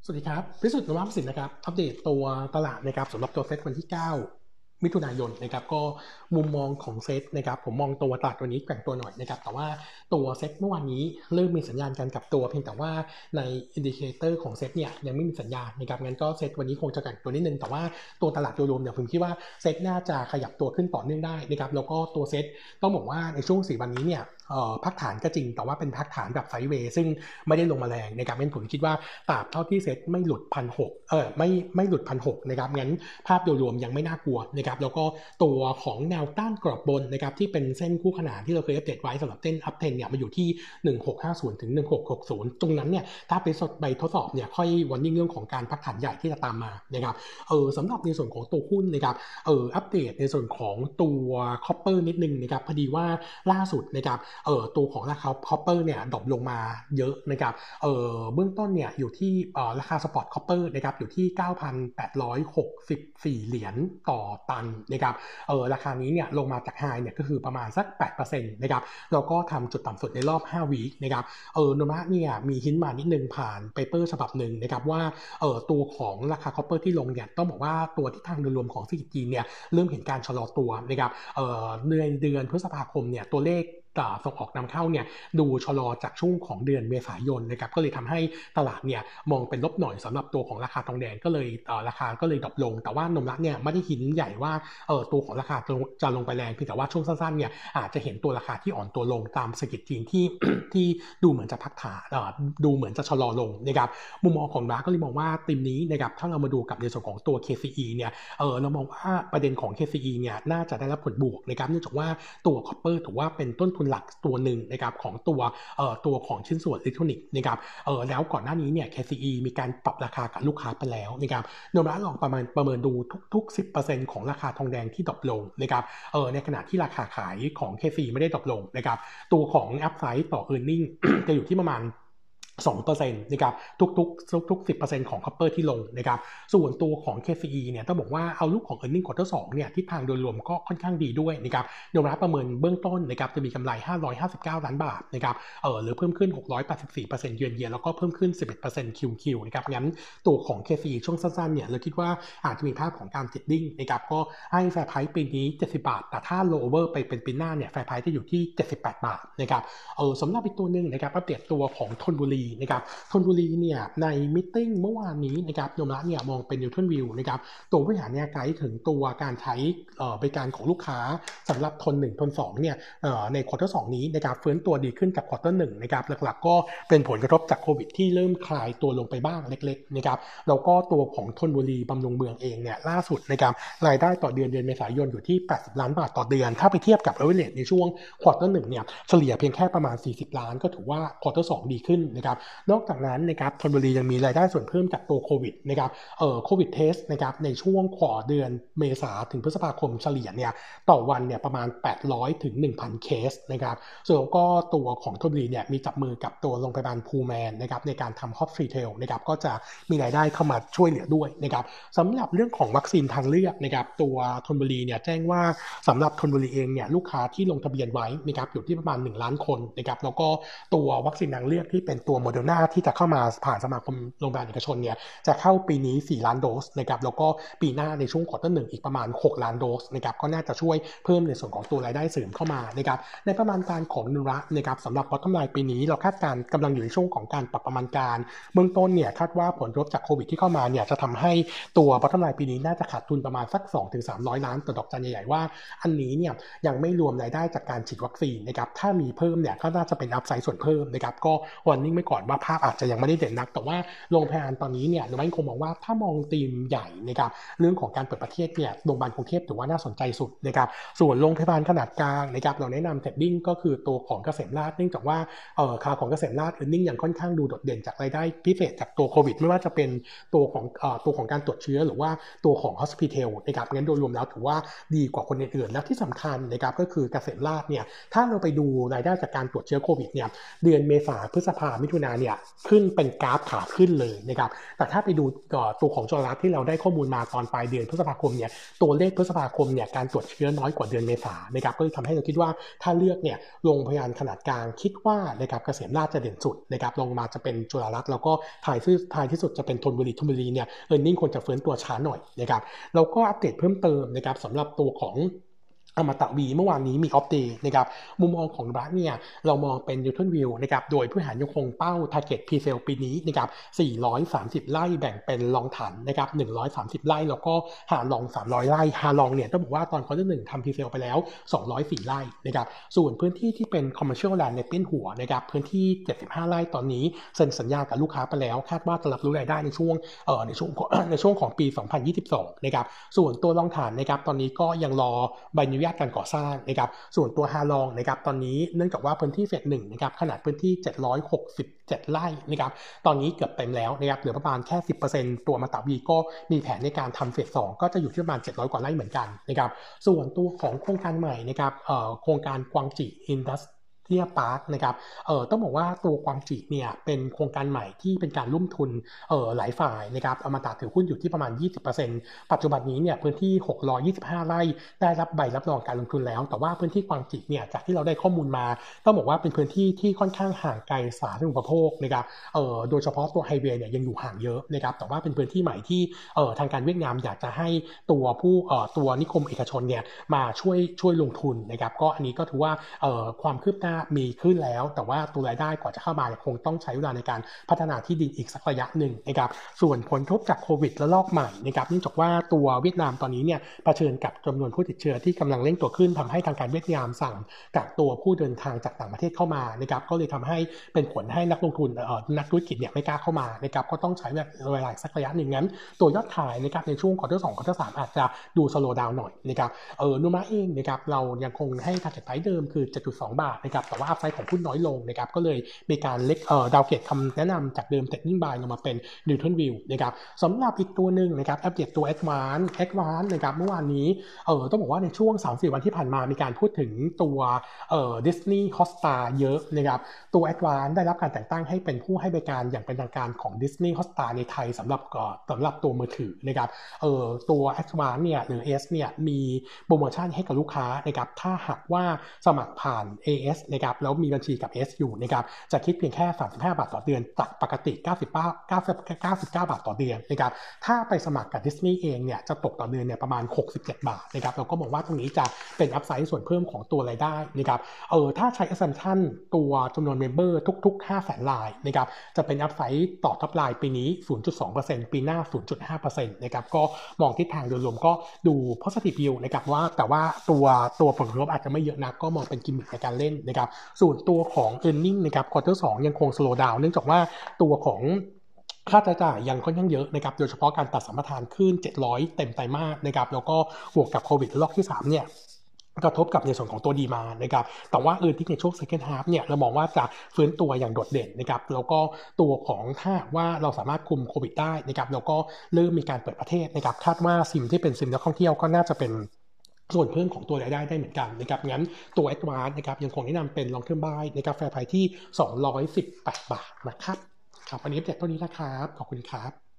สวัสดีครับพิสุทธิ์นวัฒน์สินนะครับอัปเดตตัวตลาดนะครับสำหรับตัวเซ็ตวันที่9มิถุนายนนะครับก็มุมมองของเซ็ตนะครับผมมองตัวตลาดวันนี้แกว่งตัวหน่อยนะครับแต่ว่าตัวเซ็ตเมื่อวานนี้เริ่มมีสัญญาณการกลับตัวเพียงแต่ว่าในอินดิเคเตอร์ของเซ็ตเนี่ยยังไม่มีสัญญาณนะครับงั้นก็เซ็ตวันนี้คงจะแกว่งตัวนิดนึงแต่ว่าตัวตลาดโดยรวมเนี่ยผมคิดว่าเซ็ตน่าจะขยับตัวขึ้นต่อเนื่องได้นะครับแล้วก็ตัวเซ็ตต้องบอกว่าในช่วง4วันนี้เนี่ยพักฐานก็จริงแต่ว่าเป็นพักฐานแบบไซด์เวย์ซึ่งไม่ได้ลงมาแรงนะครับงั้นผมคิดว่าตราบเท่าที่เซ็ตไม่หลุด1,600ไม่หลุด1,600นะครับงั้นภาพโดยรวมยังไม่น่ากลัวนะครับแล้วก็ตัวของแนวต้านกรอบบนนะครับที่เป็นเส้นคู่ขนานที่เราเคยอัปเดตไว้สำหรับเส้นอัพเทรนเนี่ยมาอยู่ที่1650ถึง1660ตรงนั้นเนี่ยถ้าไปทดสอบเนี่ยค่อยวอร์นิ่งเรื่องของการพักฐานใหญ่ที่จะตามมานะครับสำหรับในส่วนของตัวหุ้นนะครับอัปเดตในส่วนของตัวคอปเปอร์นิดนึงนะครับพอดีว่าล่าสุดนะครับตัวของราคาคอปเปอร์เนี่ยดรอปลงมาเยอะนะครับเบื้องต้นเนี่ยอยู่ที่ราคาสปอตคอปเปอร์นะครับอยู่ที่ 9,864 เหรียญต่อตันนะครับราคานี้เนี่ยลงมาจากไฮเนี่ยก็คือประมาณสัก 8% นะครับแล้วก็ทำจุดต่ำสุดในรอบ5 วีคนะครับโนมะเนี่ยมีหินมานิดนึงผ่านเปเปอร์ฉบับหนึ่งนะครับว่าตัวของราคาคอปเปอร์ที่ลงเนี่ยต้องบอกว่าตัวทิศทางโดยรวมของเศรษฐกิจจีนเนี่ยเริ่มเห็นการชะลอตัวนะครับเดือนพฤษภาคมเนี่ยตัวเลขส่งออกนำเข้าเนี่ยดูชะลอจากช่วงของเดือนเมษายนนะครับก็เลยทำให้ตลาดเนี่ยมองเป็นลบหน่อยสำหรับตัวของราคาทองแดงก็เลยราคาก็เลยดรอปลงแต่ว่านมรักเนี่ยไม่ได้หินใหญ่ว่าตัวของราคาจะลงไปแรงเพียงแต่ว่าช่วงสั้นๆเนี่ยอาจจะเห็นตัวราคาที่อ่อนตัวลงตามเศรษฐกิจจีนที่ ที่ดูเหมือนจะพักฐานดูเหมือนจะชะลอลงนะครับมุมมองของรักก็เลยมองว่าธีมนี้นะครับถ้าเรามาดูกับในส่วนของตัว KCE เนี่ยเรามองว่าประเด็นของ KCE เนี่ยน่าจะได้รับผลบวกนะครับเนื่องจากว่าตัวคอปเปอร์ถือว่าเป็นต้นทุนหลักตัวหนึ่งนะครับของตัวของชิ้นส่วนอิเล็กทรอนิกส์นะครับแล้วก่อนหน้านี้เนี่ย KCE มีการปรับราคากับลูกค้าไปแล้วนะครับโดยลองประเมินดูทุก 10% ของราคาทองแดงที่ดรอปลงนะครับในขณะที่ราคาขายของ KCE ไม่ได้ดรอปลงนะครับตัวของอัพไซด์ต่อ earning จะอยู่ที่ประมาณ2%นะครับทุก 10% ของ Copper ที่ลงนะครับส่วนตัวของ KCE เนี่ยต้องบอกว่าเอาลูกของ Earning Quarter 2เนี่ยทิศทางโดยรวมก็ค่อนข้างดีด้วยนะครับโดยประเมินเบื้องต้นนะครับจะมีกำไร559ล้านบาทนะครับหรือเพิ่มขึ้น684%เยือนเยียแล้วก็เพิ่มขึ้น11% QQ นะครับงั้นตัวของ KCE ช่วงสั้นๆเนี่ยเราคิดว่าอาจจะมีภาพของการ trading นะครับก็ให้แฟร์ไพรซ์ปีนี้70บาทแต่ถ้า lower ไปเป็นปีหน้าเนี่ยแฟร์ไพรซ์จะอยู่ที่78บาทนะครับสำหรับอีกตัวนึงนะครับอัปเดตตัวของธนบุรีนะครับธนบุรีเนี่ยในมิทติ้งเมื่อวานนี้นะครับโยมละเนี่ยมองเป็นนิวทรัลวิวนะครับตัวบริหารเนี่ยไกด์ถึงตัวการใช้บริการของลูกค้าสำหรับทน1ทน2เนี่ยในควอเตอร์2นี้นะครับฟื้นตัวดีขึ้นกับควอเตอร์1นะครับหลักๆก็เป็นผลกระทบจากโควิดที่เริ่มคลายตัวลงไปบ้างเล็กๆนะครับแล้วก็ตัวของธนบุรีบำรุงเมืองเองเนี่ยล่าสุดนะครับรายได้ต่อเดือนเมษายนอยู่ที่80ล้านบาทต่อเดือนถ้าไปเทียบกับ average ในช่วงควอเตอร์1เนี่ยเฉลี่ยเพียงแค่ประมาณ40ล้านก็ถือว่าควอเตอร์2ดีขึ้นนะครับนอกจากนั้นนะครับธนบุรียังมีรายได้ส่วนเพิ่มจากตัวโควิดนะครับโควิดเทสนะครับในช่วงควอเดือนเมษาถึงพฤษภาคมเฉลี่ยเนี่ยต่อวันเนี่ยประมาณ800ถึง 1,000 เคสนะครับส่วนก็ตัวของธนบุรีเนี่ยมีจับมือกับตัวโรงพยาบาลพูแมนนะครับในการทำฮอสพิทอลนะครับก็จะมีรายได้เข้ามาช่วยเหลือด้วยนะครับสำหรับเรื่องของวัคซีนทางเลือกนะครับตัวธนบุรีเนี่ยแจ้งว่าสำหรับธนบุรีเองเนี่ยลูกค้าที่ลงทะเบียนไว้นะครับอยู่ที่ประมาณ1ล้านคนนะครับแล้วก็ตัววัคซีนทางเลือกที่เป็นตัวโมเดอร์นาที่จะเข้ามาผ่านสมาคมโรงพยาบาลเอกชนเนี่ยจะเข้าปีนี้4ล้านโดสนะครับแล้วก็ปีหน้าในช่วงควอเตอร์1อีกประมาณ6ล้านโดสนะครับก็น่าจะช่วยเพิ่มในส่วนของตัวรายได้เสริมเข้ามานะครับในประมาณการของนุระนะครับสำหรับบอททอมไลน์ปีนี้เราคาดการกำลังอยู่ในช่วงของการปรับประมาณการเบื้องต้นเนี่ยคาดว่าผลกระทบจากโควิดที่เข้ามาเนี่ยจะทำให้ตัวบอททอมไลน์ปีนี้น่าจะขาดทุนประมาณสัก 2-300 ล้านแต่ดอกจันใหญ่ๆว่าอันนี้เนี่ยยังไม่รวมรายได้จากการฉีดวัคซีนนะครับถ้ามีเพิ่มเนี่ยก็น่าจะเป็นอัพไซด์ส่วนเพิ่มนะครับก็วอร์นิ่งไว้ก่อนว่าภาพอาจจะยังไม่ได้เด่นนักแต่ว่าโรงพยาบาลตอนนี้เนี่ยเราไม่คงมองว่าถ้ามองธีมใหญ่นะครับเรื่องของการเปิดประเทศเนี่ยโรงพยาบาลกรุงเทพถือว่าน่าสนใจสุดนะครับส่วนโรงพยาบาลขนาดกลางนะครับเราแนะนำเทรดดิ้งก็คือตัวของเกษมราษฎร์เนื่องจากว่าค่าของเกษมราษฎร์ earning ยังค่อนข้างดูโดดเด่นจากรายได้พิเศษจากตัวโควิดไม่ว่าจะเป็นตัวของการตรวจเชื้อหรือว่าตัวของ hospital นะครับงั้นโดยรวมแล้วถือว่าดีกว่าคนอื่นๆแล้วที่สำคัญนะครับก็คือเกษมราษฎร์เนี่ยถ้าเราไปดูรายได้จากการตรวจเชื้อโควิดเนี่ยเดือนเมษาพฤษภามิถุนาเนี่ยขึ้นเป็นกราฟขาขึ้นเลยนะครับแต่ถ้าไปดูตัวของจุลลักษณ์ที่เราได้ข้อมูลมาตอนปลายเดือนพฤษภาคมเนี่ยตัวเลขพฤษภาคมเนี่ยการตรวจเชื้อน้อยกว่าเดือนเมษายนนะครับก็เลยทำให้เราคิดว่าถ้าเลือกเนี่ยโรงพยาบาลขนาดกลางคิดว่านะครับเกษมราชจะเด่นสุดนะครับลงมาจะเป็นจุฬารัตน์แล้วก็ท้ายที่สุดจะเป็นธนบุรีเนี่ยearning ควรจะฟื้นตัวช้าหน่อยนะครับแล้วก็อัปเดตเพิ่มเติมนะครับสำหรับตัวของอมตะวีเมื่อวานนี้มีอัปเดตนะครับมุมมองของรัฐเนี่ยเรามองเป็นนิวตันวิวนะครับโดยผู้บริหารยังคงเป้า target pre-sale ปีนี้นะครับ430ไร่แบ่งเป็นลองถันนะครับ130ไร่แล้วก็หาลอง300ไร่หาลองเนี่ยต้องบอกว่าตอนควอเตอร์1ทำ pre-sale ไปแล้ว204ไร่นะครับส่วนพื้นที่ที่เป็น commercial land ในเป็นหัวนะครับพื้นที่75ไร่ตอนนี้เซ็นสัญญากับลูกค้าไปแล้วคาดว่าจะรับรู้รายได้ในช่วงของปี2022นะครับส่วนตัวลองฐานนะครับตอนนี้ก็ยังรอใบอนุญาตการก่อสร้างนะครับส่วนตัวฮาลองนะครับตอนนี้เนื่องจากว่าพื้นที่เฟส1นะครับขนาดพื้นที่767ไร่นะครับตอนนี้เกือบเต็มแล้วนะครับเหลือประมาณแค่ 10% ตัวอมตะวีก็มีแผนในการทำเฟส2ก็จะอยู่ที่ประมาณ700กว่าไร่เหมือนกันนะครับส่วนตัวของโครงการใหม่นะครับโครงการกวางจีอินดัสเทียพาร์คนะครับต้องบอกว่าตัวกวางจีเนี่ยเป็นโครงการใหม่ที่เป็นการร่วมทุนหลายฝ่ายนะครับอมตะถือหุ้นอยู่ที่ประมาณ 20% ปัจจุบันนี้เนี่ยพื้นที่625ไร่ได้รับใบรับรองการลงทุนแล้วแต่ว่าพื้นที่กวางจีเนี่ยจากที่เราได้ข้อมูลมาต้องบอกว่าเป็นพื้นที่ที่ค่อนข้างห่างไกลสาธารณูปโภคนะครับโดยเฉพาะตัวไฮเวย์เนี่ยยังอยู่ห่างเยอะนะครับแต่ว่าเป็นพื้นที่ใหม่ที่ทางการเวียดนามอยากจะให้ตัวนิคมเอกชนเนี่ยมาช่วยลงทุนนะครับก็อันนี้ก็ถือว่าความคืบหน้ามีขึ้นแล้วแต่ว่าตัวรายได้กว่าจะเข้ามาคงต้องใช้เวลาในการพัฒนาที่ดินอีกสักระยะหนึ่งนะครับส่วนผลกระทบจากโควิดระลอกใหม่นะครับเนื่องจากว่าตัวเวียดนามตอนนี้เนี่ยเผชิญกับจำนวนผู้ติดเชื้อที่กำลังเร่งตัวขึ้นทำให้ทางการเวียดนามสั่งกักตัวผู้เดินทางจากต่างประเทศเข้ามานะครับก็เลยทำให้เป็นผลให้นักลงทุนนักธุรกิจเนี่ยไม่กล้าเข้ามานะครับก็ต้องใช้เวลาสักระยะหนึ่งงั้นตัวยอดขายนะครับในช่วงควอเตอร์2ควอเตอร์3อาจจะดูสโลว์ดาวน์หน่อยนะครับนูมาเองนะครับเรายังคงให้ target price เดิมคือ 7.2 บาทนะครับแต่ว่าอัพไซด์ของหุ้นน้อยลงนะครับก็เลยมีการเล็กดาวเกตคำแนะนำจากเดิม Technical Buy ลงมาเป็น Neutral View นะครับสำหรับอีกตัวหนึ่งนะครับอัปเดตตัว Advance นะครับเมื่อวานนี้ต้องบอกว่าในช่วง 3-4 วันที่ผ่านมามีการพูดถึงตัวDisney Hotstar เยอะนะครับตัว Advance ได้รับการแต่งตั้งให้เป็นผู้ให้บริการอย่างเป็นทางการของ Disney Hotstar ในไทยสำหรับตัวมือถือนะครับตัว Advance เนี่ยหรือ S เนี่ยมีโปรโมชั่นให้กับลูกค้านะครับถ้าหากว่าสมัครผ่าน AS นะครับแล้วมีบัญชีกับ S อยู่นะครับจะคิดเพียงแค่35บาทต่อเดือนจากปกติ99บาทต่อเดือนนะครับถ้าไปสมัครกับ Disney เองเนี่ยจะตกต่อเดือนเนี่ยประมาณ67บาทนะครับเราก็มองว่าตรงนี้จะเป็นอัพไซด์ส่วนเพิ่มของตัวรายได้นะครับถ้าใช้ assumption ตัวจำนวนเมมเบอร์ทุกๆ 500,000 รายนะครับจะเป็นอัพไซด์ต่อท็อปไลน์ปีนี้ 0.2% ปีหน้า 0.5% นะครับก็มองทิศทางโดยรวมก็ดู positive view นะครับว่าแต่ว่าตัวผลกระทบอาจจะไม่เยอะนักก็มองเป็นกิมมิคในการเล่นนะครับส่วนตัวของ earning นะครับ quarter 2ยังคง slow down เนื่องจากว่าตัวของค่าใช้จ่ายยังค่อนข้างเยอะนะครับโดยเฉพาะการตัดสัมปทานขึ้น700เต็มไตรมาสนะครับแล้วก็บวกกับโควิดรอบที่3เนี่ยกระทบกับในส่วนของตัวดีมานด์นะครับแต่ว่าที่ในช่วง second half เนี่ยเรามองว่าจะฟื้นตัวอย่างโดดเด่นนะครับแล้วก็ตัวของถ้าว่าเราสามารถคุมโควิดได้นะครับแล้วก็เริ่มมีการเปิดประเทศนะครับคาดว่าซิมที่เป็นซิมนักท่องเที่ยวก็น่าจะเป็นส่วนเพิ่มของตัวรายได้ได้เหมือนกันนะครับงั้นตัว Advance นะครับยังคงแนะนำเป็น Long Term Buy นะครับแฟร์ไพรที่218บาทนะครับครับวันนี้เด็ดตัวนี้นะครับขอบคุณครับ